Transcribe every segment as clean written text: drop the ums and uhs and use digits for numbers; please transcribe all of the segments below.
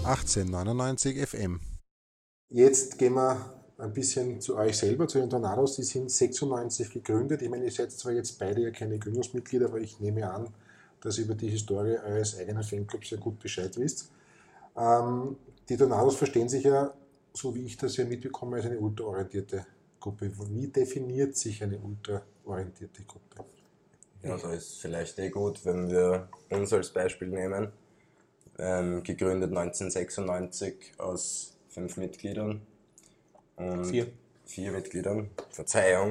1899 FM. Jetzt gehen wir ein bisschen zu euch selber, zu den Tornados. Die sind 96 gegründet. Ich meine, ihr seid zwar jetzt beide ja keine Gründungsmitglieder, aber ich nehme an, dass ihr über die Historie eures eigenen Fanclubs sehr gut Bescheid wisst. Die Tornados verstehen sich ja, so wie ich das ja mitbekomme, als eine ultraorientierte Gruppe. Wie definiert sich eine ultraorientierte Gruppe? Ja, da ist vielleicht gut, wenn wir uns als Beispiel nehmen. Gegründet 1996 aus 5 Mitgliedern. Und 4 Mitgliedern, Verzeihung.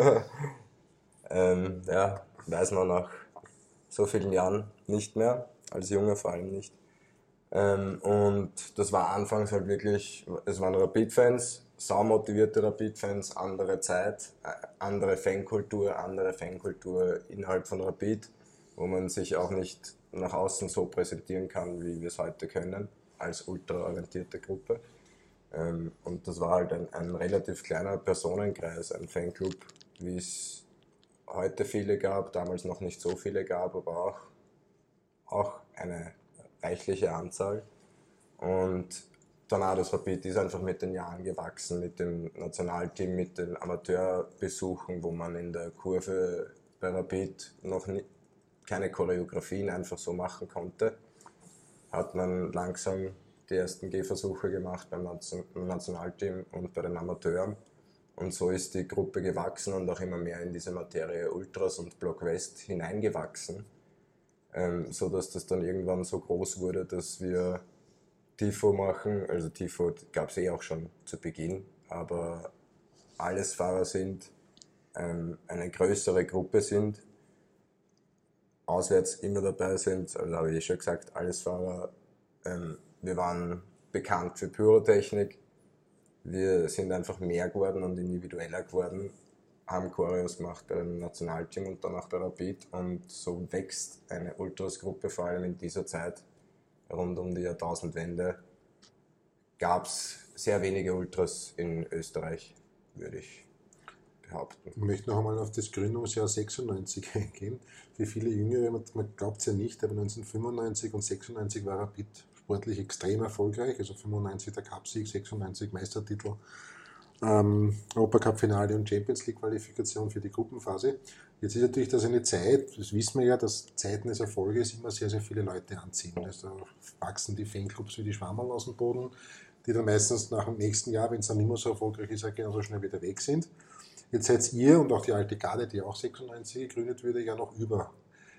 Weiß man nach so vielen Jahren nicht mehr, als Junge vor allem nicht. Und das war anfangs halt wirklich, es waren Rapid-Fans, saumotivierte Rapid-Fans, andere Zeit, andere Fankultur innerhalb von Rapid, wo man sich auch nicht nach außen so präsentieren kann, wie wir es heute können, als ultraorientierte Gruppe. Und das war halt ein relativ kleiner Personenkreis, ein Fanclub, wie es heute viele gab, damals noch nicht so viele gab, aber auch eine reichliche Anzahl. Und Tornados Rapid ist einfach mit den Jahren gewachsen, mit dem Nationalteam, mit den Amateurbesuchen, wo man in der Kurve bei Rapid noch keine Choreografien einfach so machen konnte, hat man langsam die ersten Gehversuche gemacht beim Nationalteam und bei den Amateuren. Und so ist die Gruppe gewachsen und auch immer mehr in diese Materie Ultras und Block West hineingewachsen, so dass das dann irgendwann so groß wurde, dass wir Tifo machen. Also Tifo gab es auch schon zu Beginn, aber Allesfahrer sind, eine größere Gruppe sind, auswärts immer dabei sind, also habe ich schon gesagt, Allesfahrer. Wir waren bekannt für Pyrotechnik, wir sind einfach mehr geworden und individueller geworden, haben Choreos gemacht beim Nationalteam und dann auch bei Rapid, und so wächst eine Ultras-Gruppe, vor allem in dieser Zeit, rund um die Jahrtausendwende, gab es sehr wenige Ultras in Österreich, würde ich behaupten. Ich möchte noch einmal auf das Gründungsjahr 96 eingehen. Für viele Jüngere, man glaubt es ja nicht, aber 1995 und 96 war Rapid sportlich extrem erfolgreich. Also 95 der Cupsieg, 96 Meistertitel, Europacup-Finale und Champions League-Qualifikation für die Gruppenphase. Jetzt ist natürlich das eine Zeit, das wissen wir ja, dass Zeiten des Erfolges immer sehr, sehr viele Leute anziehen. Also wachsen die Fanclubs wie die Schwammerl aus dem Boden, die dann meistens nach dem nächsten Jahr, wenn es dann nicht mehr so erfolgreich ist, genauso schnell wieder weg sind. Jetzt seid ihr und auch die alte Garde, die auch 96 gegründet wurde, ja noch über.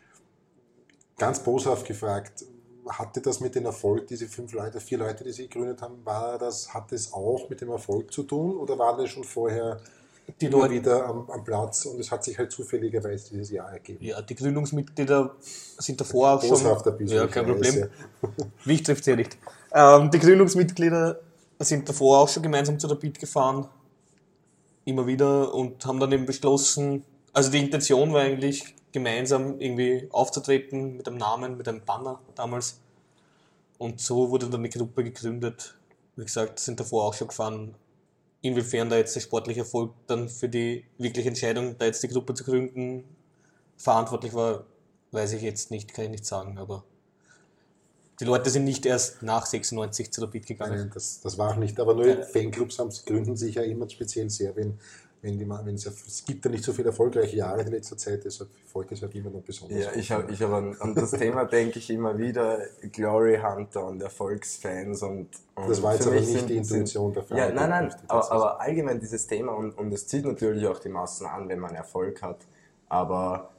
Ganz boshaft gefragt, hatte das mit dem Erfolg, diese 4 Leute, die sie gegründet haben, hat das auch mit dem Erfolg zu tun oder war das schon vorher immer wieder am Platz und es hat sich halt zufälligerweise dieses Jahr ergeben? Ja, die Gründungsmitglieder sind davor auch boshaft schon... ein bisschen. Ja, kein Problem. Mich trifft es ja nicht. Die Gründungsmitglieder sind davor auch schon gemeinsam zu Rapid gefahren, immer wieder, und haben dann eben beschlossen, also die Intention war eigentlich, gemeinsam irgendwie aufzutreten mit einem Namen, mit einem Banner damals. Und so wurde dann die Gruppe gegründet. Wie gesagt, sind davor auch schon gefahren. Inwiefern da jetzt der sportliche Erfolg dann für die wirkliche Entscheidung, da jetzt die Gruppe zu gründen, verantwortlich war, weiß ich jetzt nicht, kann ich nicht sagen. Aber die Leute sind nicht erst nach 96 zu Rapid gegangen. Nein, das war auch nicht. Aber nur Fanclubs gründen sich ja immer speziell sehr, es gibt ja nicht so viele erfolgreiche Jahre in letzter Zeit, deshalb folgt es halt immer noch besonders. Ja, ich hab an das Thema denke ich immer wieder, Glory Hunter und Erfolgsfans und das war jetzt aber nicht die Intention der Frage. Ja, nein, aber allgemein dieses Thema und es zieht natürlich auch die Massen an, wenn man Erfolg hat, aber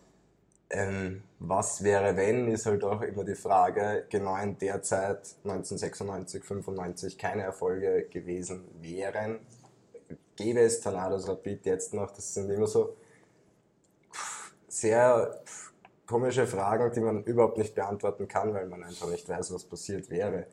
was wäre wenn, ist halt auch immer die Frage, genau in der Zeit, 1996, 95, keine Erfolge gewesen wären, gäbe es Tornados Rapid jetzt noch, das sind immer so sehr komische Fragen, die man überhaupt nicht beantworten kann, weil man einfach nicht weiß, was passiert wäre.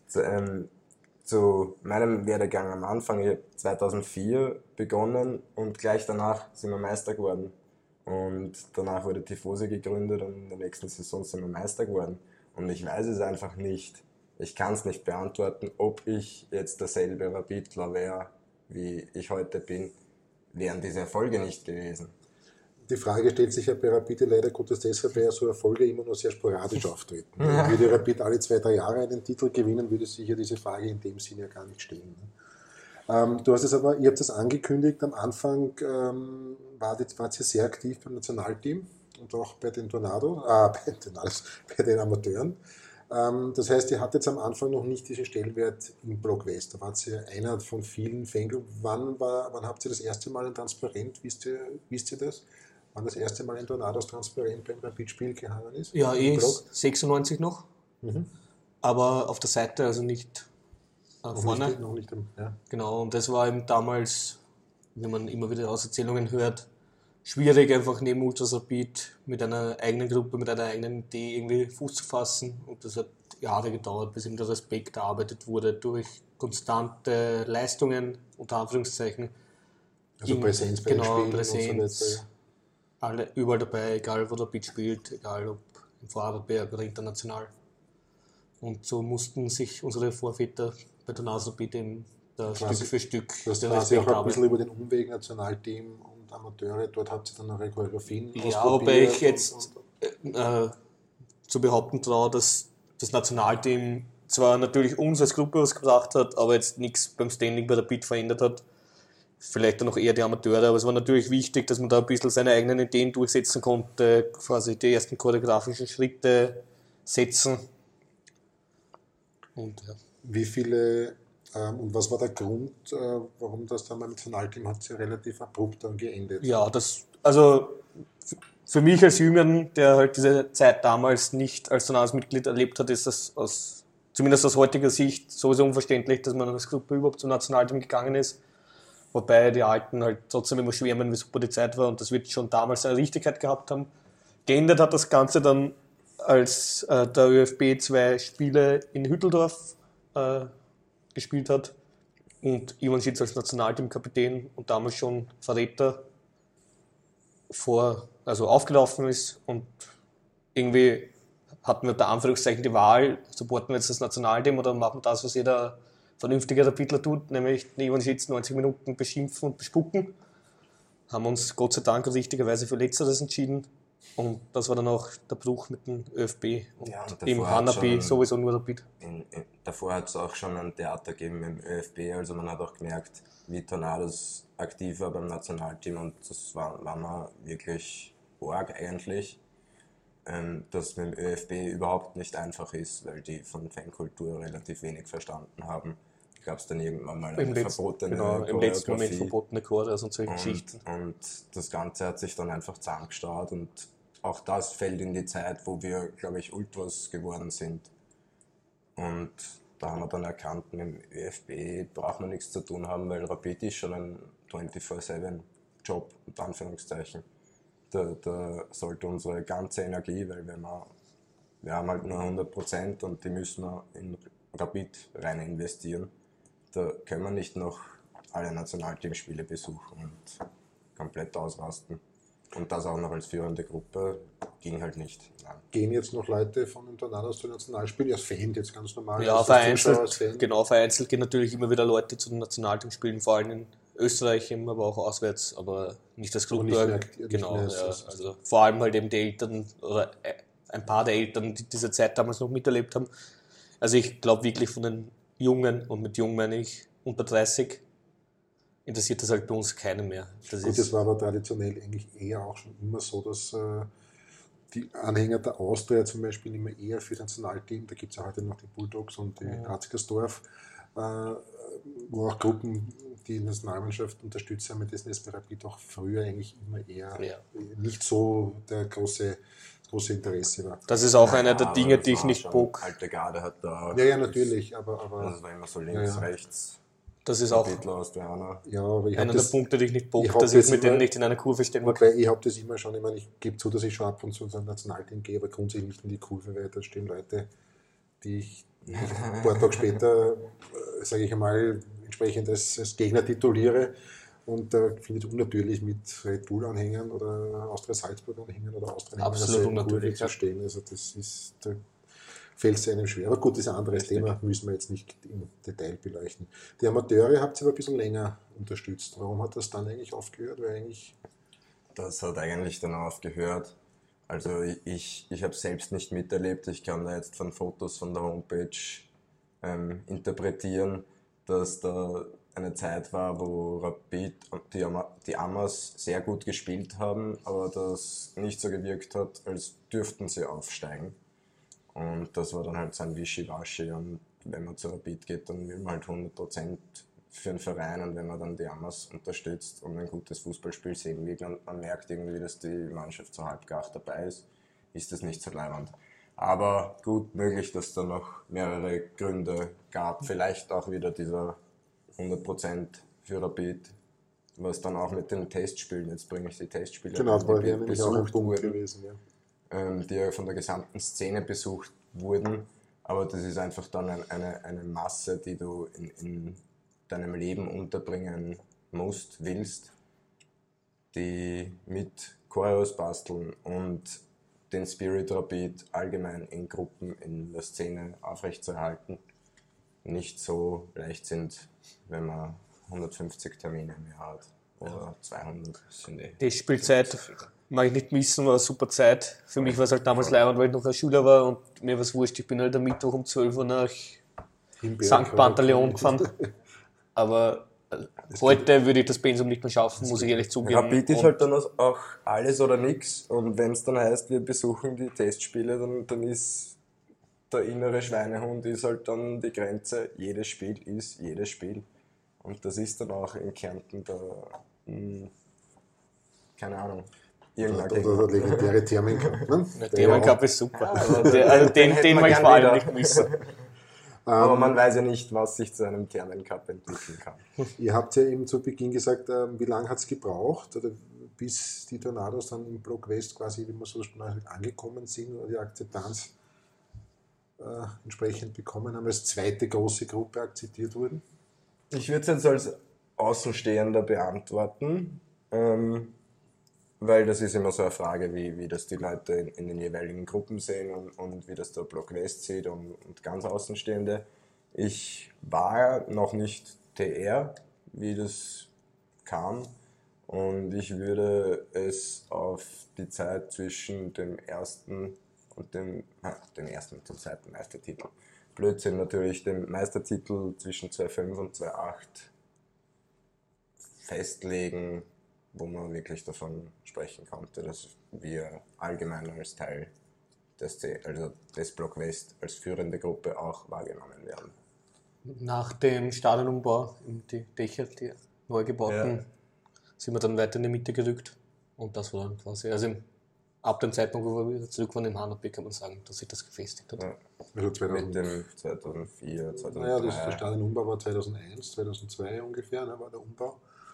Zu meinem Werdegang am Anfang, ich habe 2004 begonnen und gleich danach sind wir Meister geworden. Und danach wurde Tifosi gegründet und in der nächsten Saison sind wir Meister geworden. Und ich weiß es einfach nicht. Ich kann es nicht beantworten, ob ich jetzt derselbe Rapidler wäre, wie ich heute bin, wären diese Erfolge nicht gewesen. Die Frage stellt sich ja bei Rapid leider Gottes deshalb, weil ja so Erfolge immer nur sehr sporadisch auftreten. Würde Rapid alle 2-3 Jahre einen Titel gewinnen, würde sicher diese Frage in dem Sinne ja gar nicht stehen. Du hast es aber, ihr habt das angekündigt, am Anfang wart ihr sehr aktiv beim Nationalteam und auch bei den bei den Amateuren. Das heißt, ihr hattet am Anfang noch nicht diesen Stellenwert im Block West. Da wart ihr einer von vielen Fanclubs. Wann habt ihr das erste Mal ein Transparent? Wisst ihr das? Wann das erste Mal ein Tornados Transparent beim Rapid-Spiel gehangen ist? Ja, 96 noch. Aber auf der Seite, also nicht vorne. Noch nicht, ja. Genau, und das war eben damals, wie man immer wieder aus Erzählungen hört, schwierig, einfach neben Ultras Rapid mit einer eigenen Gruppe, mit einer eigenen Idee irgendwie Fuß zu fassen. Und das hat Jahre gedauert, bis eben der Respekt erarbeitet wurde durch konstante Leistungen, unter Anführungszeichen. Also Präsenz bei den Spielen Präsenz, und so weiter. alle, überall dabei, egal wo der Rapid spielt, egal ob im Vorarlberg oder international. Und so mussten sich unsere Vorväter bei der Rapid eben Stück für Stück das quasi auch ein bisschen über den Umweg Nationalteam und Amateure, dort habt ihr dann eure Choreografien ja, wobei ich jetzt zu behaupten traue, dass das Nationalteam zwar natürlich uns als Gruppe was gebracht hat, aber jetzt nichts beim Standing bei der Rapid verändert hat. Vielleicht dann noch eher die Amateure, aber es war natürlich wichtig, dass man da ein bisschen seine eigenen Ideen durchsetzen konnte, quasi die ersten choreografischen Schritte setzen. Und ja. Wie viele und was war der Grund, warum das dann beim Nationalteam hat sich relativ abrupt dann geendet? Ja, also für mich als Jüngeren, der halt diese Zeit damals nicht als Nationalmitglied erlebt hat, ist das zumindest aus heutiger Sicht sowieso unverständlich, dass man als Gruppe überhaupt zum Nationalteam gegangen ist. Wobei die Alten halt trotzdem immer schwärmen, wie super die Zeit war und das wird schon damals eine Richtigkeit gehabt haben. Geändert hat das Ganze dann, als der ÖFB 2 Spiele in Hütteldorf gespielt hat und Ivan Schitz als Nationalteamkapitän und damals schon Verräter aufgelaufen ist und irgendwie hatten wir unter Anführungszeichen die Wahl, supporten wir jetzt das Nationalteam oder machen das, was jeder vernünftige Rapidler tut, nämlich den Ivan Schitz 90 Minuten beschimpfen und bespucken. Haben uns Gott sei Dank richtigerweise für Letzteres entschieden. Und das war dann auch der Bruch mit dem ÖFB und Ja, und im Hanapi sowieso nur Rapid. Davor hat es auch schon ein Theater gegeben im ÖFB, also man hat auch gemerkt, wie Tornados aktiv war beim Nationalteam und das war mir wirklich arg eigentlich, dass mit dem ÖFB überhaupt nicht einfach ist, weil die von Fankultur relativ wenig verstanden haben. Gab es dann irgendwann mal eine verbotene Choreografie. Im letzten Moment verbotene Choreos und solche Geschichten. Und das Ganze hat sich dann einfach zusammengestaut und auch das fällt in die Zeit, wo wir, glaube ich, Ultras geworden sind. Und da haben wir dann erkannt, mit dem ÖFB braucht man nichts zu tun haben, weil Rapid ist schon ein 24/7-Job, unter Anführungszeichen. Da sollte unsere ganze Energie, weil wir haben halt nur 100% und die müssen wir in Rapid rein investieren. Da können wir nicht noch alle Nationalteamspiele besuchen und komplett ausrasten. Und das auch noch als führende Gruppe ging halt nicht. Nein. Gehen jetzt noch Leute von den Tornados zu Nationalspielen als Fan jetzt ganz normal? Ja, vereinzelt gehen natürlich immer wieder Leute zu den Nationalteamspielen, vor allem in Österreich, aber auch auswärts, aber nicht als Gruppe. Genau, also vor allem halt eben die Eltern oder ein paar der Eltern, die diese Zeit damals noch miterlebt haben. Also ich glaube wirklich von den Jungen, und mit jung meine ich unter 30, interessiert das halt bei uns keinen mehr. Das war aber traditionell eigentlich eher auch schon immer so, dass die Anhänger der Austria zum Beispiel immer eher für das Nationalteam, da gibt es ja heute noch die Bulldogs und die Arzgersdorf, wo auch Gruppen die Nationalmannschaft unterstützen, mit dessen es bei Rapid auch früher eigentlich immer eher nicht so das große Interesse war. Das ist auch einer der Dinge, die ich nicht bock. Alte Garde hat da. Ja, natürlich, aber. Das war immer so links, rechts. Das ist auch einer der Punkte, die ich nicht bock, dass ich mit denen nicht in einer Kurve stehen mag. Wobei ich habe das immer schon, ich gebe zu, dass ich schon ab und zu ins Nationalteam gehe, aber grundsätzlich nicht in die Kurve, weil da stehen Leute, die ich ein paar Tage später, sage ich einmal, entsprechend als Gegner tituliere und finde es unnatürlich mit Red Bull-Anhängern oder Austria Salzburg-Anhängern oder Austria-Anhängern in der Kurve zu stehen. Also das ist, da fällt es einem schwer. Aber gut, das ist ein anderes Thema, müssen wir jetzt nicht im Detail beleuchten. Die Amateure habt ihr aber ein bisschen länger unterstützt. Warum hat das dann eigentlich aufgehört? Weil eigentlich Das hat eigentlich dann aufgehört. Also ich habe es selbst nicht miterlebt. Ich kann da jetzt von Fotos von der Homepage interpretieren, dass da eine Zeit war, wo Rapid und die Amas sehr gut gespielt haben, aber das nicht so gewirkt hat, als dürften sie aufsteigen. Und das war dann halt so ein Wischiwaschi. Und wenn man zu Rapid geht, dann will man halt 100% für einen Verein, und wenn man dann die Amas unterstützt und ein gutes Fußballspiel sehen will und man merkt irgendwie, dass die Mannschaft so halbgar dabei ist das nicht so leibend. Aber gut möglich, dass da noch mehrere Gründe gab. Vielleicht auch wieder dieser 100% für Rapid, was dann auch mit den Testspielen, jetzt bringe ich die Testspiele, Genau, das war nämlich auch ein besucht Punkt wurden, gewesen. Ja. die ja von der gesamten Szene besucht wurden. Aber das ist einfach dann eine Masse, die du in deinem Leben unterbringen musst, willst, die mit Choreos basteln und den Spirit Rapid allgemein in Gruppen in der Szene aufrechtzuerhalten, nicht so leicht sind, wenn man 150 Termine im Jahr hat oder 200. Die Spielzeit mag ich nicht missen, war eine super Zeit. Für mich war es halt damals leibend, weil ich noch ein Schüler war und mir war es wurscht. Ich bin halt am Mittwoch um 12 Uhr nach St. Pantaleon gefahren. Aber heute würde ich das Pensum nicht mehr schaffen, muss ich ehrlich zugeben. Rapid ist halt dann auch alles oder nichts, und wenn es dann heißt, wir besuchen die Testspiele, dann ist der innere Schweinehund ist halt dann die Grenze. Jedes Spiel ist jedes Spiel. Und das ist dann auch in Kärnten keine Ahnung. Oder der legendäre Thermencup. Ne? Der Thermencup ist super. Den mag ich vor allem nicht missen. Aber man weiß ja nicht, was sich zu einem Thermencup entwickeln kann. Ihr habt ja eben zu Beginn gesagt, wie lange hat es gebraucht, oder bis die Tornados dann im Block West quasi, wie man so angekommen sind oder die Akzeptanz entsprechend bekommen haben, als zweite große Gruppe akzeptiert wurden? Ich würde es jetzt als Außenstehender beantworten, weil das ist immer so eine Frage, wie das die Leute in den jeweiligen Gruppen sehen und wie das der Block West sieht und ganz Außenstehende. Ich war noch nicht TR, wie das kam, und ich würde es auf die Zeit zwischen dem ersten und dem zweiten Meistertitel, Blödsinn natürlich, dem Meistertitel zwischen 2005 und 2008 festlegen, wo man wirklich davon sprechen konnte, dass wir allgemein als Teil des Block West als führende Gruppe auch wahrgenommen werden. Nach dem Stadionumbau, die Dächer, die neu gebauten, sind wir dann weiter in die Mitte gerückt, und das war dann quasi, also ab dem Zeitpunkt, wo wir wieder zurück waren im HNP, kann man sagen, dass sich das gefestigt hat. Ja. Also Mit dem 2004, 2003. Naja, der Stadionumbau war 2001, 2002 ungefähr, da war der Umbau.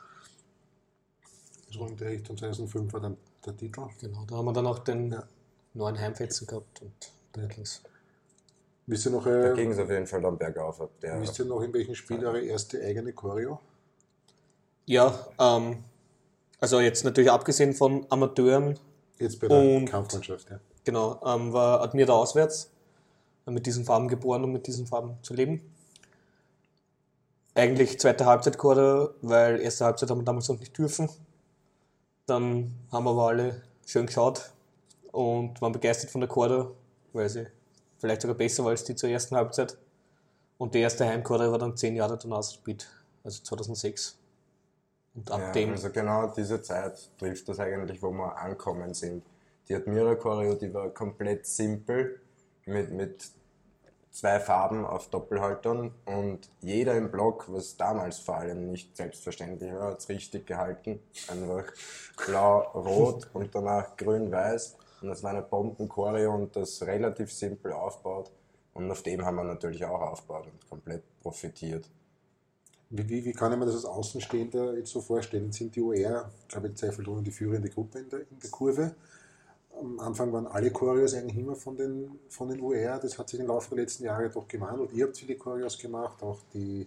So in der Richtung 2005 war dann der Titel. Genau, da haben wir dann auch den neuen Heimfetzen gehabt, und dann ging's. Wisst ihr noch, Da ging es auf jeden Fall dann bergauf. wisst ihr noch, in welchem Spiel eure erste eigene Choreo? Ja, also jetzt natürlich abgesehen von Amateuren, Jetzt bei der Kampfmannschaft, ja. genau, war Admira auswärts, mit diesen Farben geboren, um mit diesen Farben zu leben. Eigentlich zweite Halbzeit Choreo, weil erste Halbzeit haben wir damals noch nicht dürfen. Dann haben wir aber alle schön geschaut und waren begeistert von der Choreo, weil sie vielleicht sogar besser war als die zur ersten Halbzeit. Und die erste Heimchoreo war dann 10 Jahre danach Speed, also 2006. Und ab dem... Also genau diese Zeit trifft das eigentlich, wo wir ankommen sind. Die Admira Choreo, die war komplett simpel, mit 2 Farben auf Doppelhaltern, und jeder im Block, was damals vor allem nicht selbstverständlich war, hat es richtig gehalten. Einfach blau-rot und danach grün-weiß. Und das war eine Bomben-Choreo und das relativ simpel aufbaut. Und auf dem haben wir natürlich auch aufgebaut und komplett profitiert. Wie kann ich mir das als Außenstehender jetzt so vorstellen? Sind die OR, glaube ich, zweifelsohne die führende Gruppe in der Kurve? Am Anfang waren alle Choreos eigentlich immer von den OR. Das hat sich im Laufe der letzten Jahre doch gewandelt. Ihr habt viele Choreos gemacht, auch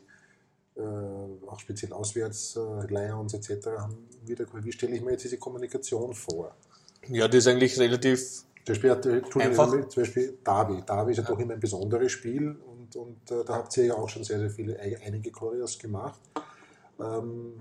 auch speziell auswärts, Lions etc. haben wieder. Wie stelle ich mir jetzt diese Kommunikation vor? Ja, das ist eigentlich relativ einfach. Zum Beispiel Derby. Derby ist ja doch immer ein besonderes Spiel, und da habt ihr ja auch schon sehr, sehr einige Choreos gemacht.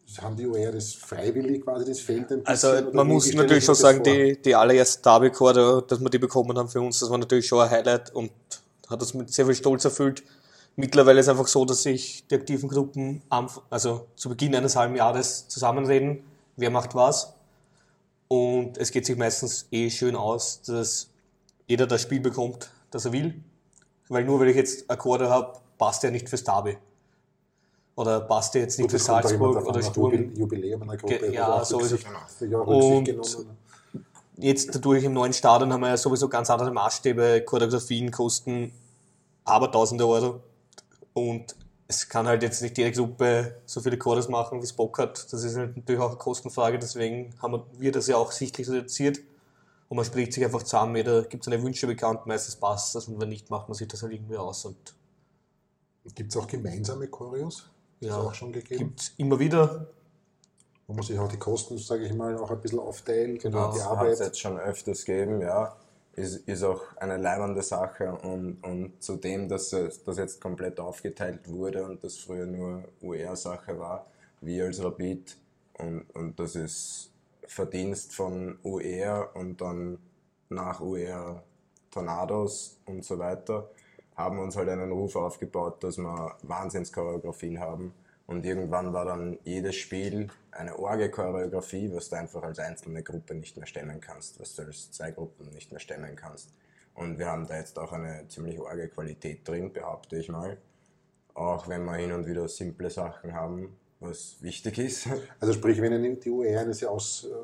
haben die OER das freiwillig quasi, das Feld ein bisschen? Also oder man wie muss stelle natürlich ich schon mir das sagen, vor? die allererste Derby-Choreo, dass wir die bekommen haben für uns, das war natürlich schon ein Highlight und hat uns mit sehr viel Stolz erfüllt. Mittlerweile ist es einfach so, dass sich die aktiven Gruppen also zu Beginn eines halben Jahres zusammenreden, wer macht was. Und es geht sich meistens schön aus, dass jeder das Spiel bekommt, das er will. Weil nur weil ich jetzt ein Choreo habe, passt der nicht fürs Derby. Oder passt der jetzt nicht Gut, für das kommt auch immer Salzburg davon, oder nach Sturm. Jubiläum einer Gruppe. Ja, wurde auch so ist es. Rücksicht Und genommen. jetzt dadurch im neuen Stadion haben wir ja sowieso ganz andere Maßstäbe, Choreografien kosten aber tausende Euro. Und es kann halt jetzt nicht jede Gruppe so viele Choreos machen, wie es Bock hat. Das ist halt natürlich auch eine Kostenfrage, deswegen haben wir das ja auch sichtlich reduziert. Und man spricht sich einfach zusammen, jeder gibt seine Wünsche bekannt, meistens passt das und wenn nicht, macht man sich das halt irgendwie aus. Und Gibt es auch gemeinsame Choreos? Das ja, auch schon gegeben. gibt es immer wieder. Wo man sich auch die Kosten, sage ich mal, auch ein bisschen aufteilt. Genau. Und die Hat es Arbeit. jetzt schon öfters gegeben, ja. Ist auch eine leibende Sache und zudem, dass das jetzt komplett aufgeteilt wurde und das früher nur UR-Sache war, wir als Rapid und das ist Verdienst von UR und dann nach UR Tornados und so weiter, haben uns halt einen Ruf aufgebaut, dass wir Wahnsinnschoreografien haben. Und irgendwann war dann jedes Spiel eine Orge-Choreografie, was du einfach als einzelne Gruppe nicht mehr stemmen kannst, was du als zwei Gruppen nicht mehr stemmen kannst. Und wir haben da jetzt auch eine ziemlich Orge-Qualität drin, behaupte ich mal. Auch wenn wir hin und wieder simple Sachen haben, was wichtig ist. Also sprich, wenn die OER eine sehr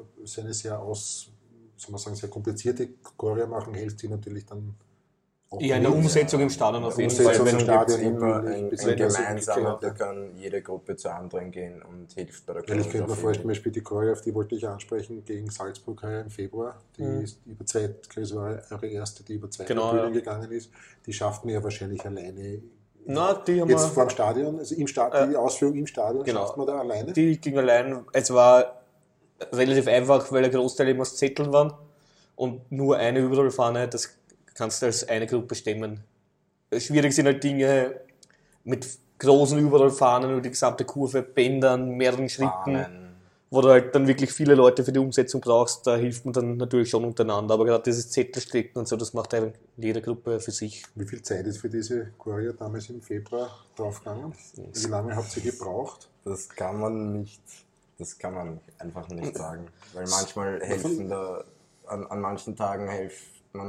soll man sagen, sehr komplizierte Choreo machen, hilft die natürlich dann auch. Ja, in der Umsetzung im Stadion auf jeden Umsetzung Fall. im Wenn Stadion gibt immer natürlich, ein beziehungsweise gemeinsamer, umgekehrt, da ja. kann jede Gruppe zur anderen gehen und hilft bei der Weil ich könnte mir Choreografie. vorstellen, zum Beispiel die Choreo, auf die wollte ich ansprechen, gegen Salzburg im Februar, die ist über zwei, das war eure erste, die über zwei Genau, Bühnen ja. gegangen ist, die schafft man ja wahrscheinlich alleine. Na, die haben Jetzt wir, vor dem Stadion, also im Stadion, die Ausführung im Stadion, genau. schafft man da alleine? die ging allein. Es war relativ einfach, weil der Großteil eben aus Zetteln waren und nur eine Überrollfahne, das kannst du als eine Gruppe stemmen. Schwierig sind halt Dinge mit großen Überrollfahnen über die gesamte Kurve, Bändern, mehreren Schritten, Bahnen. wo du halt dann wirklich viele Leute für die Umsetzung brauchst. Da hilft man dann natürlich schon untereinander, aber gerade dieses Zettelstricken und so, das macht eigentlich jede Gruppe für sich. Wie viel Zeit ist für diese Choreo damals im Februar draufgegangen? Wie lange habt ihr gebraucht? Das kann man einfach nicht sagen. Weil manchmal helfen an manchen Tagen hilft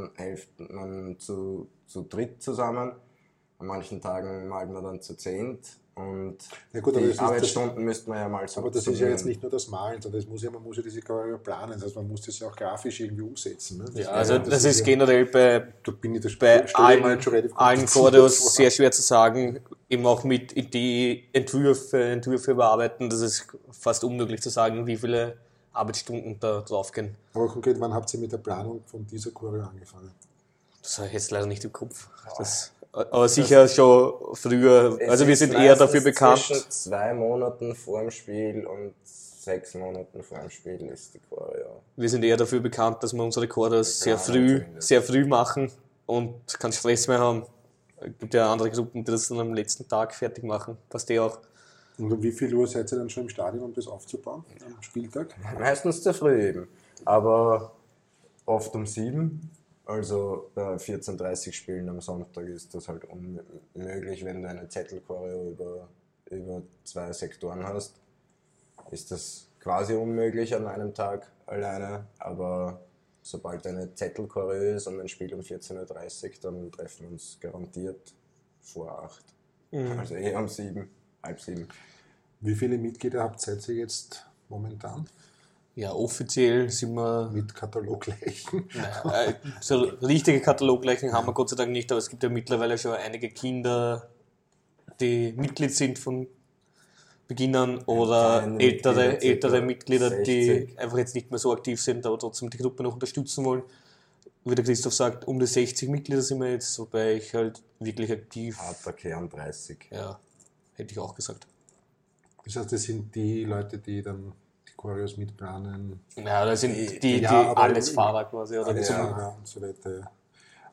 man zu dritt zusammen, an manchen Tagen malt man dann zu 10 und Ja gut, aber die das ist Arbeitsstunden müsste man ja mal so Aber das ist ja jetzt summieren. nicht nur das Malen, sondern man muss ja diese Choreo planen, das heißt, man muss das ja auch grafisch irgendwie umsetzen. Ne? Ja, also das ist generell bei Da bin ich das bei stelle ich mir jetzt schon relativ allen kompliziert Choreos vor. sehr schwer zu sagen, eben auch mit Entwürfe überarbeiten, das ist fast unmöglich zu sagen, wie viele Arbeitsstunden da draufgehen. Aber konkret, wann habt ihr mit der Planung von dieser Choreo angefangen? Das habe ich jetzt leider nicht im Kopf. Aber sicher schon früher, Es also wir ist sind eher dafür meistens bekannt. Zwischen 2 Monaten vor dem Spiel und 6 Monaten vor dem Spiel ist die Choreo. Wir sind eher dafür bekannt, dass wir unsere Choreos Zumindest. sehr früh machen und keinen Stress mehr haben. Es gibt ja andere Gruppen, die das dann am letzten Tag fertig machen. Passt auch. Und um wie viel Uhr seid ihr dann schon im Stadion, um das aufzubauen, am Spieltag? Meistens zu früh eben, aber oft um 7. Also bei 14:30 Spielen am Sonntag ist das halt unmöglich, wenn du eine Zettelchoreo über 2 Sektoren hast. Ist das quasi unmöglich an einem Tag alleine, aber sobald eine Zettelchoreo ist und ein Spiel um 14:30 Uhr, dann treffen wir uns garantiert vor 8. Also eher um 7, halb 7. Wie viele Mitglieder seid ihr jetzt momentan? Ja, offiziell sind wir. Mit Katalogleichen? So richtige Katalogleichen haben wir Gott sei Dank nicht, aber es gibt ja mittlerweile schon einige Kinder, die Mitglied sind von Beginn an oder kleine ältere Mitglieder, die 60. einfach jetzt nicht mehr so aktiv sind, aber trotzdem die Gruppe noch unterstützen wollen. Wie der Christoph sagt, um die 60 Mitglieder sind wir jetzt, wobei ich halt wirklich aktiv, Harter Kern 30. ja, hätte ich auch gesagt. Das heißt, das sind die Leute, die dann die Choreos mitplanen. Ja, das sind die Ja, aber alles Fahrer quasi. Oder Alles ja. ja, und so weiter. Ja.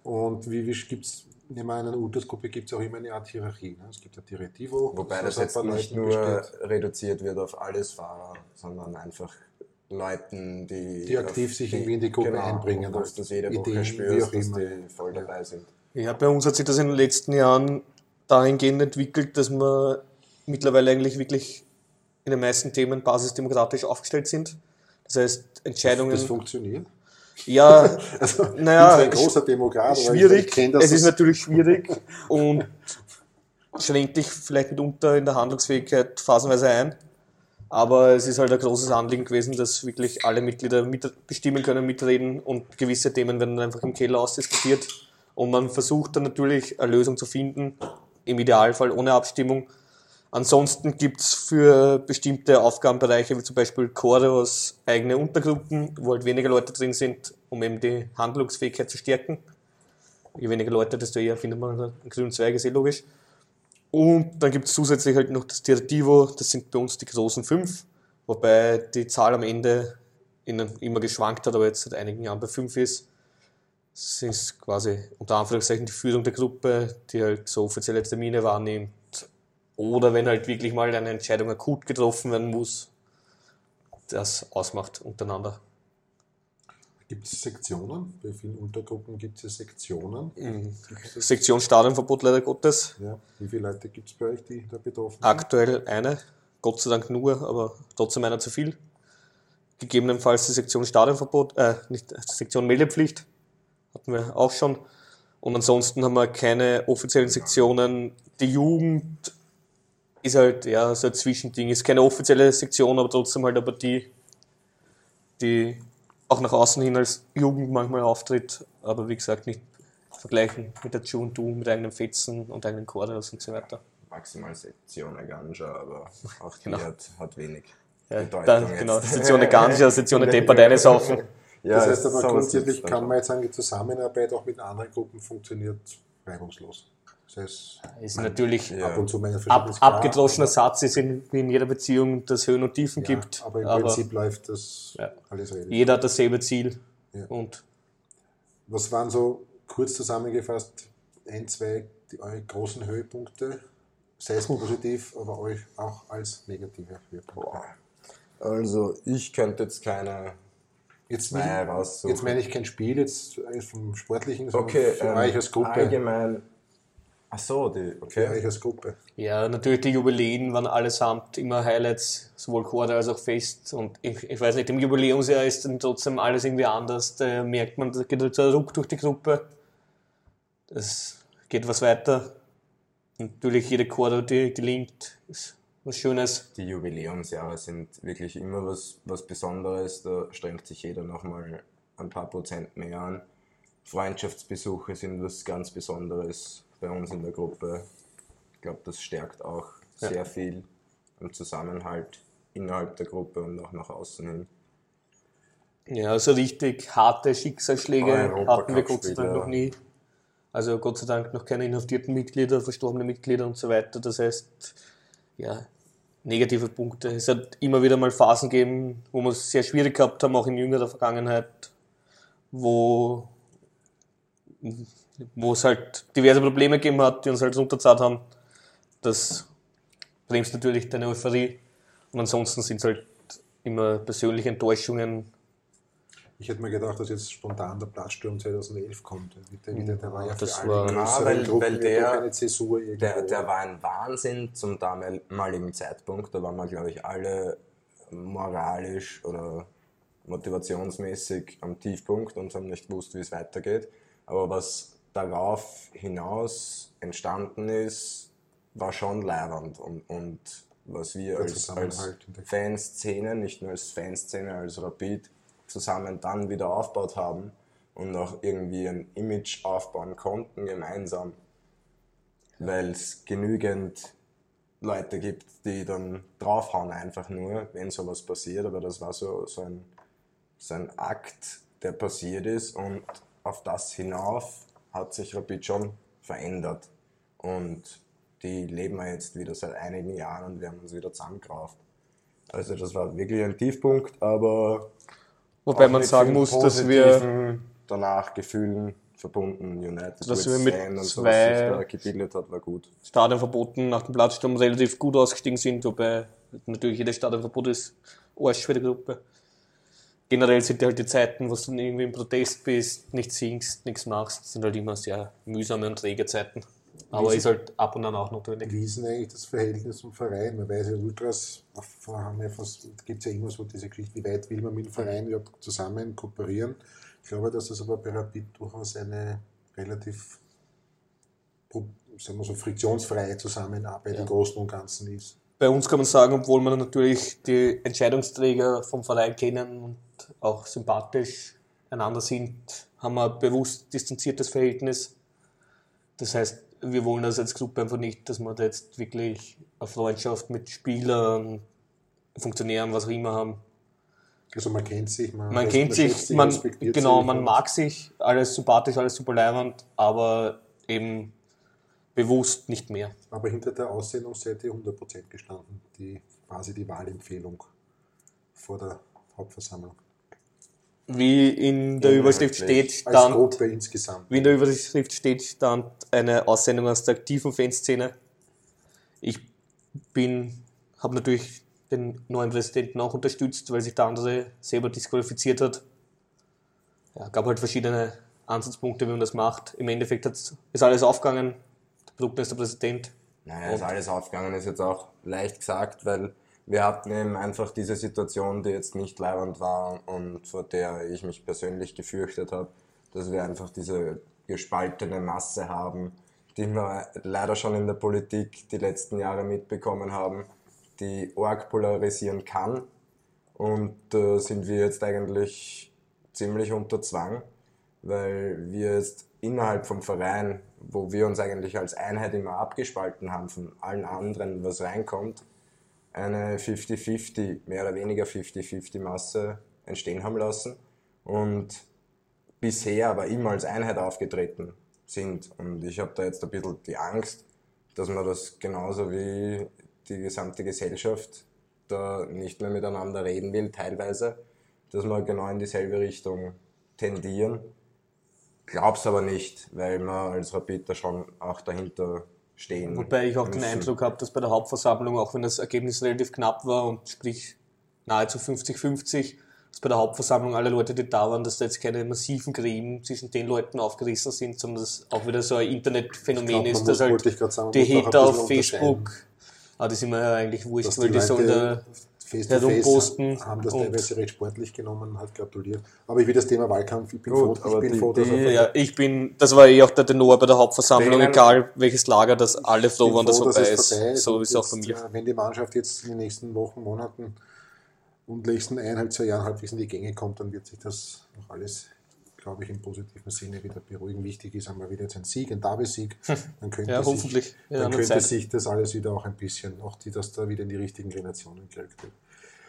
Und wie gibt es, in einer Ultras-Gruppe gibt es auch immer eine Art Hierarchie. Ne? Es gibt ja die Retivo. Wobei das jetzt nicht nur reduziert wird auf alles Fahrer, sondern einfach Leuten, die aktiv sich irgendwie in die Gruppe einbringen. Wo du das jede Woche Ideen, spürst, dass die voll dabei sind. Ja, bei uns hat sich das in den letzten Jahren dahingehend entwickelt, dass wir mittlerweile eigentlich wirklich in den meisten Themen basisdemokratisch aufgestellt sind. Das heißt, Entscheidungen... Das funktioniert? Ja, also, naja, ich bin ein großer Demokrat, schwierig. Es ist natürlich schwierig und schränkt dich vielleicht mitunter in der Handlungsfähigkeit phasenweise ein. Aber es ist halt ein großes Anliegen gewesen, dass wirklich alle Mitglieder mitbestimmen können, mitreden und gewisse Themen werden dann einfach im Keller ausdiskutiert. Und man versucht dann natürlich eine Lösung zu finden, im Idealfall ohne Abstimmung. Ansonsten gibt es für bestimmte Aufgabenbereiche, wie zum Beispiel Choreos, eigene Untergruppen, wo halt weniger Leute drin sind, um eben die Handlungsfähigkeit zu stärken. Je weniger Leute, desto eher findet man einen grünen Zweig, ist eh logisch. Und dann gibt es zusätzlich halt noch das Directivo, das sind bei uns die großen 5, wobei die Zahl am Ende immer geschwankt hat, aber jetzt seit einigen Jahren bei 5 ist. Das ist quasi unter Anführungszeichen die Führung der Gruppe, die halt so offizielle Termine wahrnimmt. Oder wenn halt wirklich mal eine Entscheidung akut getroffen werden muss, das ausmacht untereinander. Gibt es Sektionen? Bei vielen Untergruppen gibt es Sektionen. Sektion Stadionverbot leider Gottes. Ja. Wie viele Leute gibt es bei euch, die da betroffen sind? Aktuell eine, Gott sei Dank nur, aber trotzdem einer zu viel. Gegebenenfalls die Sektion Stadionverbot, nicht Sektion Meldepflicht, hatten wir auch schon. Und ansonsten haben wir keine offiziellen Sektionen. Die Jugend ist halt ja so ein Zwischending. Ist keine offizielle Sektion, aber trotzdem halt aber die auch nach außen hin als Jugend manchmal auftritt, aber wie gesagt nicht vergleichen mit der Juventud, mit eigenen Fetzen und eigenen Choreos und so weiter. Maximal Sektion Ganja, aber auch die genau. hat wenig ja, Bedeutung. Dann, genau, Sektion Ganja, Sektion Deppert, eine Saufen. Ja, das heißt aber grundsätzlich kann man jetzt sagen, die Zusammenarbeit auch mit anderen Gruppen funktioniert reibungslos. Das heißt, ist natürlich ab und zu abgedroschener Satz ist wie in jeder Beziehung, dass es Höhen und Tiefen gibt. Aber im Prinzip läuft das alles relativ. Jeder hat dasselbe Ziel. Ja. Und was waren so kurz zusammengefasst zwei eure großen Höhepunkte? Sei es positiv, aber euch auch als negative Höhepunkte. Also ich könnte jetzt keine zwei raussuchen. Jetzt meine ich kein Spiel, jetzt vom Sportlichen, sondern okay, für euch als Gruppe. Allgemein. Ach so, für euch als Gruppe. Ja, natürlich die Jubiläen waren allesamt immer Highlights, sowohl Chore als auch Fest. Und ich weiß nicht, im Jubiläumsjahr ist dann trotzdem alles irgendwie anders. Da merkt man, da geht halt so ein Ruck durch die Gruppe. Das geht was weiter. Natürlich jede Chore, die gelingt, ist was Schönes. Die Jubiläumsjahre sind wirklich immer was Besonderes. Da strengt sich jeder nochmal ein paar Prozent mehr an. Freundschaftsbesuche sind was ganz Besonderes bei uns in der Gruppe. Ich glaube, das stärkt auch sehr viel im Zusammenhalt innerhalb der Gruppe und auch nach außen hin. Ja, so richtig harte Schicksalsschläge hatten wir Gott sei Dank noch nie. Also Gott sei Dank noch keine inhaftierten Mitglieder, verstorbene Mitglieder und so weiter. Das heißt, ja, negative Punkte. Es hat immer wieder mal Phasen gegeben, wo wir es sehr schwierig gehabt haben, auch in jüngerer Vergangenheit, wo es halt diverse Probleme gegeben hat, die uns halt runterzahlt haben. Das bremst natürlich deine Euphorie. Und ansonsten sind es halt immer persönliche Enttäuschungen. Ich hätte mir gedacht, dass jetzt spontan der Platzsturm 2011 kommt. Der war ja das für war, alle größeren Gruppen eine Zäsur irgendwo. Der war ein Wahnsinn zum damaligen Zeitpunkt. Da waren wir, glaube ich, alle moralisch oder motivationsmäßig am Tiefpunkt und haben nicht gewusst, wie es weitergeht. Aber was darauf hinaus entstanden ist, war schon leibend. Und was wir als Fanszene, nicht nur als Fanszene, als Rapid, zusammen dann wieder aufgebaut haben und auch irgendwie ein Image aufbauen konnten gemeinsam, weil es genügend Leute gibt, die dann draufhauen einfach nur, wenn sowas passiert. Aber das war so ein Akt, der passiert ist, und auf das hinauf hat sich Rapid schon verändert. Und die leben wir jetzt wieder seit einigen Jahren und wir haben uns wieder zusammengerauft. Also das war wirklich ein Tiefpunkt, aber wobei man sagen muss, dass wir danach Gefühlen verbunden, United Dass with wir mit Fan und so, zwei- was sich da gebildet hat, war gut. Stadionverboten nach dem Platzsturm relativ gut ausgestiegen sind, wobei natürlich jedes Stadionverbot ist Arsch für die Gruppe. Generell sind halt die Zeiten, wo du irgendwie im Protest bist, nicht singst, nichts machst, sind halt immer sehr mühsame und träge Zeiten. Aber ist halt ab und an auch notwendig. Wie ist denn eigentlich das Verhältnis zum Verein? Man weiß ja, Ultras gibt es ja immer so diese Geschichte, wie weit will man mit dem Verein überhaupt zusammen kooperieren. Ich glaube, dass das aber bei Rapid durchaus eine relativ, sagen wir so, friktionsfreie Zusammenarbeit im Großen und Ganzen ist. Bei uns kann man sagen, obwohl wir natürlich die Entscheidungsträger vom Verein kennen und auch sympathisch einander sind, haben wir ein bewusst distanziertes Verhältnis. Das heißt, wir wollen das als Club einfach nicht, dass wir da jetzt wirklich eine Freundschaft mit Spielern, Funktionären, was auch immer haben. Also man kennt sich, Man man kennt schätzt sich, man, respektiert genau, sich man und- mag sich, alles sympathisch, alles super leibend, aber eben bewusst nicht mehr. Aber hinter der Aussendungsseite 100% gestanden, quasi die Wahlempfehlung vor der Hauptversammlung. Wie in der Überschrift steht, Als stand, Gruppe insgesamt. wie in der Überschrift steht, stand eine Aussendung aus der aktiven Fanszene. Ich habe natürlich den neuen Präsidenten auch unterstützt, weil sich der andere selber disqualifiziert hat. Ja, gab halt verschiedene Ansatzpunkte, wie man das macht. Im Endeffekt ist alles aufgegangen. Der Produktmeisterpräsident. Naja, ist alles aufgegangen, ist jetzt auch leicht gesagt, weil wir hatten eben einfach diese Situation, die jetzt nicht leibend war und vor der ich mich persönlich gefürchtet habe, dass wir einfach diese gespaltene Masse haben, die wir leider schon in der Politik die letzten Jahre mitbekommen haben, die arg polarisieren kann. Und da sind wir jetzt eigentlich ziemlich unter Zwang, weil wir jetzt innerhalb vom Verein, wo wir uns eigentlich als Einheit immer abgespalten haben von allen anderen, was reinkommt, eine 50-50, mehr oder weniger 50-50 Masse entstehen haben lassen und bisher aber immer als Einheit aufgetreten sind. Und ich habe da jetzt ein bisschen die Angst, dass man das genauso wie die gesamte Gesellschaft da nicht mehr miteinander reden will, teilweise, dass wir genau in dieselbe Richtung tendieren. Glaub's aber nicht, weil wir als Rapid da schon auch dahinter stehen. Wobei ich auch den müssen. Eindruck habe, dass bei der Hauptversammlung, auch wenn das Ergebnis relativ knapp war und sprich nahezu 50-50, dass bei der Hauptversammlung alle Leute, die da waren, dass da jetzt keine massiven Gräben zwischen den Leuten aufgerissen sind, sondern dass auch wieder so ein Internetphänomen ist, dass halt wollte ich gerade sagen, die man muss auch ein Hater auf bisschen Facebook, das ist mir ja eigentlich wurscht, dass weil die sollen da herumposten haben das und- teilweise recht sportlich genommen, hat gratuliert. Aber ich will das Thema Wahlkampf, ich bin Gut, froh, aber dass er Ja, das war eh auch der Tenor bei der Hauptversammlung, Denen- egal welches Lager, dass alle froh waren, dass froh, vorbei es vorbei ist. So und ist es auch bei jetzt, mir. wenn die Mannschaft jetzt in den nächsten Wochen, Monaten und nächsten 1,5, 2 Jahren halbwegs in die Gänge kommt, dann wird sich das noch alles, glaube ich, im positiven Sinne wieder beruhigen. Wichtig ist einmal wieder jetzt ein Sieg, ein Derby-Sieg. Dann könnte, Ja, hoffentlich. sich, Ja, dann eine könnte Zeit. sich das alles wieder auch ein bisschen, dass da wieder in die richtigen Relationen gerückt wird.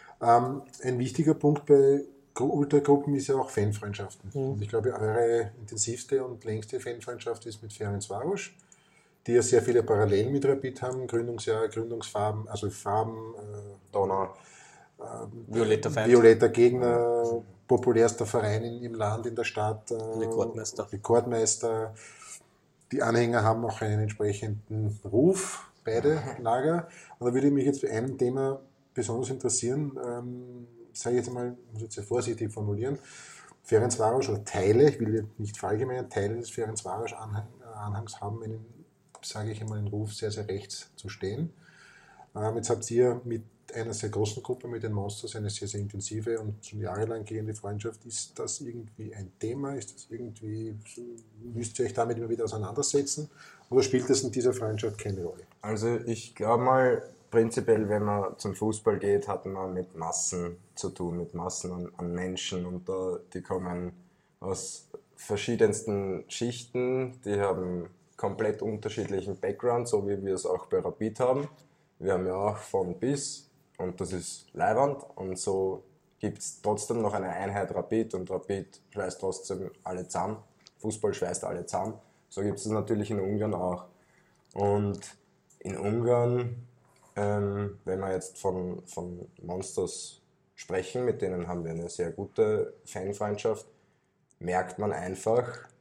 Ein wichtiger Punkt bei Ultragruppen ist ja auch Fanfreundschaften. Und ich glaube, eure intensivste und längste Fanfreundschaft ist mit Ferencváros, die ja sehr viele Parallelen mit Rapid haben. Gründungsjahr, Gründungsfarben, also Farben, Donau. Violetter Feind. violetter Gegner, populärster Verein im Land, in der Stadt, Rekordmeister. Rekordmeister. Die Anhänger haben auch einen entsprechenden Ruf, beide Lager. Und da würde mich jetzt für ein Thema besonders interessieren, sage ich jetzt mal, muss jetzt sehr vorsichtig formulieren, Ferencváros oder Teile, ich will nicht verallgemeinern, Teile des Ferencváros-Anhangs haben einen, sage ich einmal, einen Ruf, sehr, sehr rechts zu stehen. Jetzt habt ihr mit einer sehr großen Gruppe, mit den Monsters, eine sehr, sehr intensive und schon jahrelang gehende Freundschaft. Ist das irgendwie ein Thema? Ist das irgendwie, müsst ihr euch damit immer wieder auseinandersetzen? Oder spielt das in dieser Freundschaft keine Rolle? Also ich glaube mal, prinzipiell, wenn man zum Fußball geht, hat man mit Massen zu tun, mit Massen an Menschen und die kommen aus verschiedensten Schichten, die haben komplett unterschiedlichen Background, so wie wir es auch bei Rapid haben. Wir haben ja auch von bis und das ist leiwand und so gibt es trotzdem noch eine Einheit Rapid und Rapid schweißt trotzdem alle zusammen, Fußball schweißt alle zusammen. So gibt es natürlich in Ungarn auch. Und in Ungarn, wenn wir jetzt von Monsters sprechen, mit denen haben wir eine sehr gute Fanfreundschaft, merkt man einfach,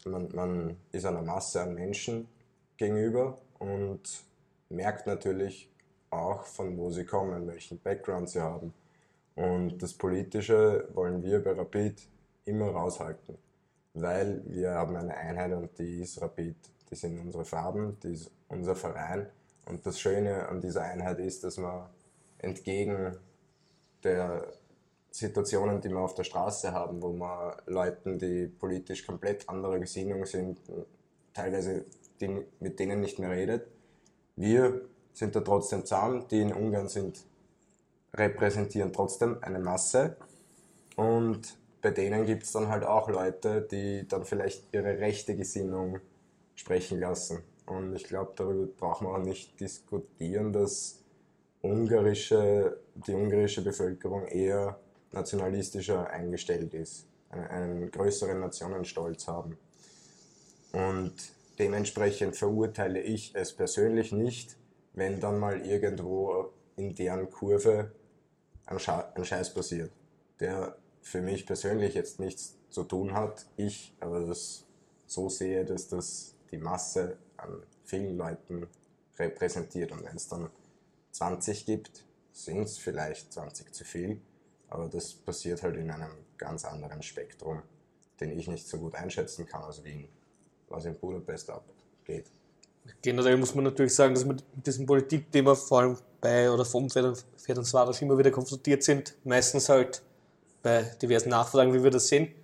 man ist einer Masse an Menschen gegenüber und merkt natürlich auch, von wo sie kommen, welchen Background sie haben. Und das Politische wollen wir bei Rapid immer raushalten, weil wir haben eine Einheit und die ist Rapid. Die sind unsere Farben, die ist unser Verein. Und das Schöne an dieser Einheit ist, dass man entgegen der Situationen, die wir auf der Straße haben, wo man Leuten, die politisch komplett anderer Gesinnung sind, teilweise mit denen nicht mehr redet, wir sind da trotzdem zusammen, die in Ungarn sind, repräsentieren trotzdem eine Masse und bei denen gibt es dann halt auch Leute, die dann vielleicht ihre rechte Gesinnung sprechen lassen. Und ich glaube, darüber brauchen wir auch nicht diskutieren, dass die ungarische Bevölkerung eher nationalistischer eingestellt ist, einen größeren Nationenstolz haben. Und dementsprechend verurteile ich es persönlich nicht, wenn dann mal irgendwo in deren Kurve ein Scheiß passiert, der für mich persönlich jetzt nichts zu tun hat, ich aber das so sehe, dass das die Masse an vielen Leuten repräsentiert. Und wenn es dann 20 gibt, sind es vielleicht 20 zu viel, aber das passiert halt in einem ganz anderen Spektrum, den ich nicht so gut einschätzen kann aus Wien, was in Budapest abgeht. Generell muss man natürlich sagen, dass wir mit diesem Politikthema vor allem bei oder vom Ferencváros immer wieder konfrontiert sind, meistens halt bei diversen Nachfragen, wie wir das sehen.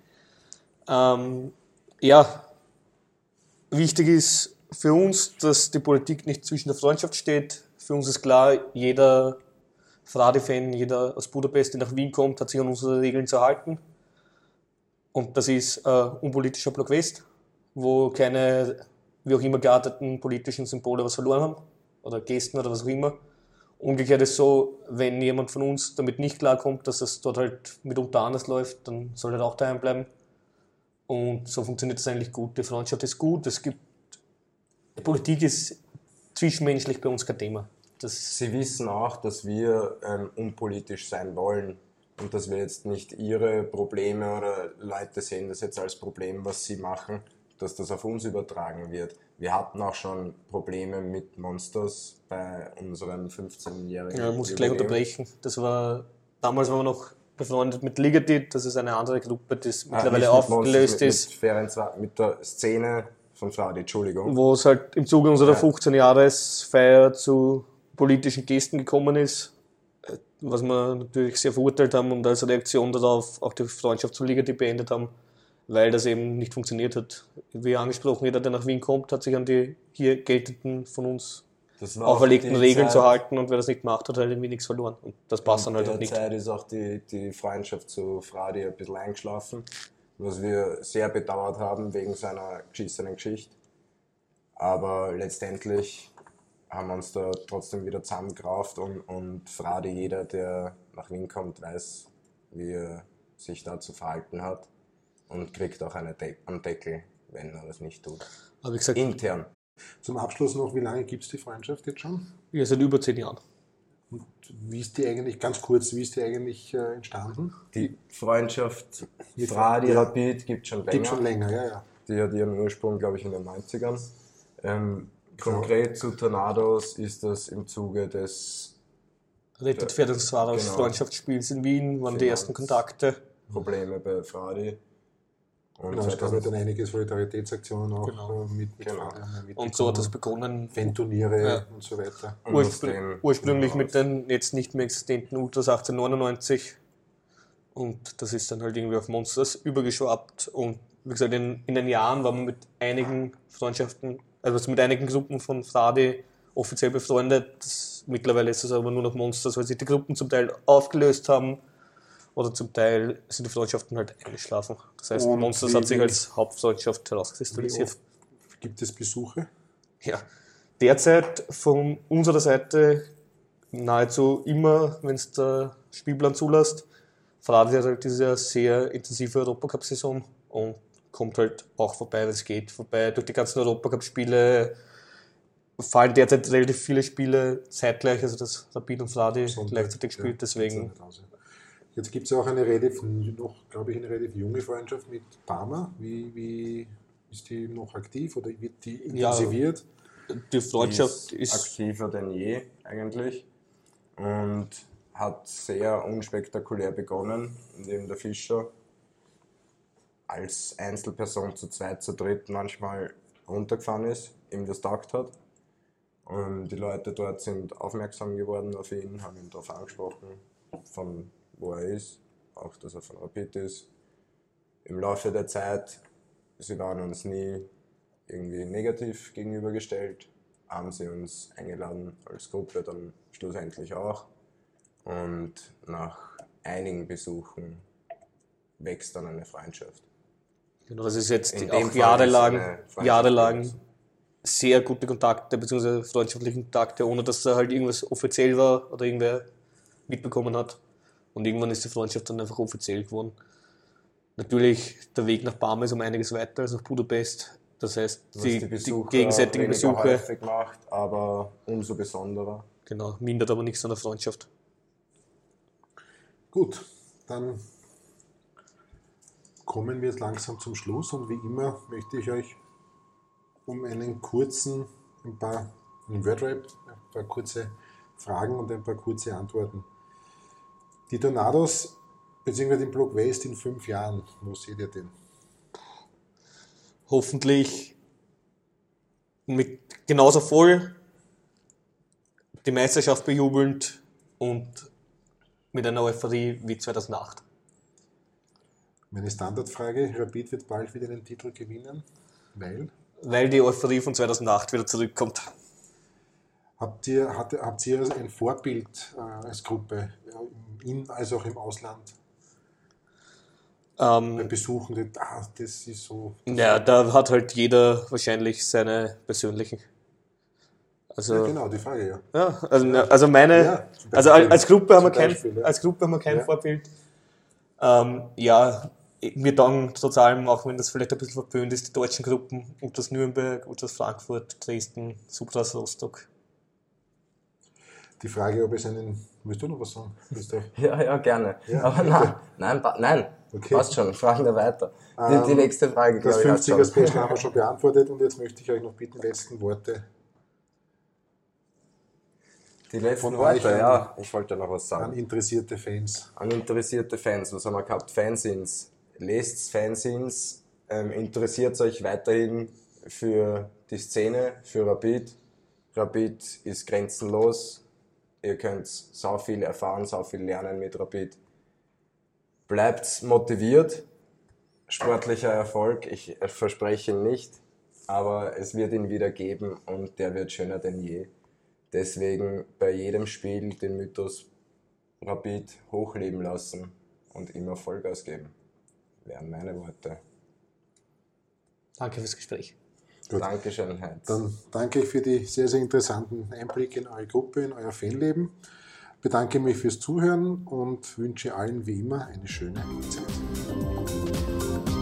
Wichtig ist für uns, dass die Politik nicht zwischen der Freundschaft steht. Für uns ist klar, jeder Fradi-Fan, jeder aus Budapest, der nach Wien kommt, hat sich an unsere Regeln zu halten. Und das ist unpolitischer Block West, wo keine, wie auch immer, gearteten politischen Symbole was verloren haben oder Gesten oder was auch immer. Umgekehrt ist so, wenn jemand von uns damit nicht klarkommt, dass es dort halt mitunter anders läuft, dann soll er auch daheim bleiben. Und so funktioniert das eigentlich gut. Die Freundschaft ist gut. Die Politik ist zwischenmenschlich bei uns kein Thema. Sie wissen auch, dass wir unpolitisch sein wollen und dass wir jetzt nicht ihre Probleme oder Leute sehen das jetzt als Problem, was sie machen, dass das auf uns übertragen wird. Wir hatten auch schon Probleme mit Monsters bei unserem 15-jährigen Ja, muss ich gleich unterbrechen. Damals waren wir noch befreundet mit Ligatid, das ist eine andere Gruppe, die mittlerweile aufgelöst ist. Mit der Szene von Fradi, Entschuldigung. Wo es halt im Zuge unserer 15-Jahres-Feier zu politischen Gesten gekommen ist, was wir natürlich sehr verurteilt haben und als Reaktion darauf auch die Freundschaft zu Ligatid beendet haben, weil das eben nicht funktioniert hat. Wie angesprochen, jeder, der nach Wien kommt, hat sich an die hier geltenden, von uns auferlegten Regeln zu halten und wer das nicht gemacht hat, hat irgendwie nichts verloren. Und das passt dann halt auch nicht. In der Zeit ist auch die Freundschaft zu Fradi ein bisschen eingeschlafen, was wir sehr bedauert haben wegen seiner geschissenen Geschichte. Aber letztendlich haben wir uns da trotzdem wieder zusammengerauft und Fradi, jeder, der nach Wien kommt, weiß, wie er sich da zu verhalten hat und kriegt auch einen Deckel, wenn er das nicht tut. Aber wie gesagt, intern. Zum Abschluss noch, wie lange gibt es die Freundschaft jetzt schon? Ja, seit über 10 Jahren. Und wie ist die eigentlich, ganz kurz, entstanden? Die Freundschaft Fradi Rapid gibt schon länger. Gibt schon länger, ja. Die hat ihren Ursprung, glaube ich, in den 90ern. Konkret zu Tornados ist das im Zuge des Rettet Ferencváros Freundschaftsspiels in Wien, waren die ersten Kontakte. Probleme bei Fradi. Und es gab ja dann einige Solidaritätsaktionen auch mit Fradi. Und so hat das begonnen. Fan-Turniere und so weiter. Ursprünglich mit den jetzt nicht mehr existenten Ultras 1899. Und das ist dann halt irgendwie auf Monsters übergeschwappt. Und wie gesagt, in den Jahren waren wir mit einigen Freundschaften, also mit einigen Gruppen von Fradi offiziell befreundet. Mittlerweile ist es aber nur noch Monsters, weil sich die Gruppen zum Teil aufgelöst haben. Oder zum Teil sind die Freundschaften halt eingeschlafen. Das heißt, Monsters hat sich als Hauptfreundschaft herauskristallisiert. Wie oft gibt es Besuche? Ja, derzeit von unserer Seite nahezu immer, wenn es der Spielplan zulässt. Fradi hat halt diese sehr intensive Europacup-Saison und kommt halt auch vorbei, wenn es geht. Vorbei durch die ganzen Europacup-Spiele fallen derzeit relativ viele Spiele zeitgleich, also dass Rapid und Fradi gleichzeitig spielt, deswegen. Jetzt gibt es ja auch eine relativ junge Freundschaft mit Parma. Wie Ist die noch aktiv oder wird die Ja. intensiviert? Die Freundschaft ist ist aktiver denn je eigentlich und hat sehr unspektakulär begonnen, indem der Fischer als Einzelperson zu zweit, zu dritt manchmal runtergefahren ist, ihm das taugt hat. Und die Leute dort sind aufmerksam geworden auf ihn, haben ihn darauf angesprochen, von wo er ist, auch dass er von Rapid ist. Im Laufe der Zeit, sie waren uns nie irgendwie negativ gegenübergestellt, haben sie uns eingeladen als Gruppe dann schlussendlich auch. Und nach einigen Besuchen wächst dann eine Freundschaft. genau, das ist jetzt In dem auch Fall ist jahrelang, eine Freundschaft jahrelang gewesen. sehr gute Kontakte bzw. freundschaftliche Kontakte, ohne dass da halt irgendwas offiziell war oder irgendwer mitbekommen hat. Und irgendwann ist die Freundschaft dann einfach offiziell geworden. Natürlich, der Weg nach Parma ist um einiges weiter als nach Budapest. Das heißt, Was die Besucher gegenseitigen weniger Besuche häufig macht, aber umso besonderer. genau, mindert aber nichts an der Freundschaft. Gut, dann kommen wir jetzt langsam zum Schluss und wie immer möchte ich euch um einen Wordrap, ein paar kurze Fragen und ein paar kurze Antworten. Die Tornados bzw. den Block West in 5 Jahren, wo seht ihr den? Hoffentlich mit genauso voll, die Meisterschaft bejubelnd und mit einer Euphorie wie 2008. Meine Standardfrage, Rapid wird bald wieder den Titel gewinnen, Weil die Euphorie von 2008 wieder zurückkommt. Habt ihr ein Vorbild als Gruppe, als auch im Ausland, bei Besuchen, das ist so... Ja, da hat halt jeder wahrscheinlich seine persönlichen. Also, Ja, genau, die Frage, ja. ja, also meine, Ja, zum also Beispiel. als Gruppe haben wir Zum kein, Beispiel, ja. als Gruppe haben wir kein Ja. Vorbild. Ja, wir taugen trotz allem, auch wenn das vielleicht ein bisschen verpönt ist, die deutschen Gruppen, Ultras Nürnberg, Ultras Frankfurt, Dresden, Subtras Rostock. Die Frage, ob es willst du noch was sagen, Christoph? Ja, gerne. Ja, Aber nein, Okay. passt schon, fragen wir weiter. Die nächste Frage, Das glaube ich, hast 50er schon. Special haben wir schon beantwortet und jetzt möchte ich euch noch bitten, letzten Worte. Die letzten Von euch Worte, an ja, ich wollte noch was An sagen. interessierte Fans. An interessierte Fans, was haben wir gehabt? Fanzines. Lest Fanzines, interessiert euch weiterhin für die Szene, für Rapid. Rapid ist grenzenlos. Ihr könnt sau viel erfahren, sau viel lernen mit Rapid. Bleibt motiviert. Sportlicher Erfolg, ich verspreche ihn nicht, aber es wird ihn wieder geben und der wird schöner denn je. Deswegen bei jedem Spiel den Mythos Rapid hochleben lassen und immer Vollgas geben. Wären meine Worte. Danke fürs Gespräch. Gut. Dankeschön, Heinz. Dann danke ich für die sehr, sehr interessanten Einblicke in eure Gruppe, in euer Fanleben. Bedanke mich fürs Zuhören und wünsche allen wie immer eine schöne Zeit.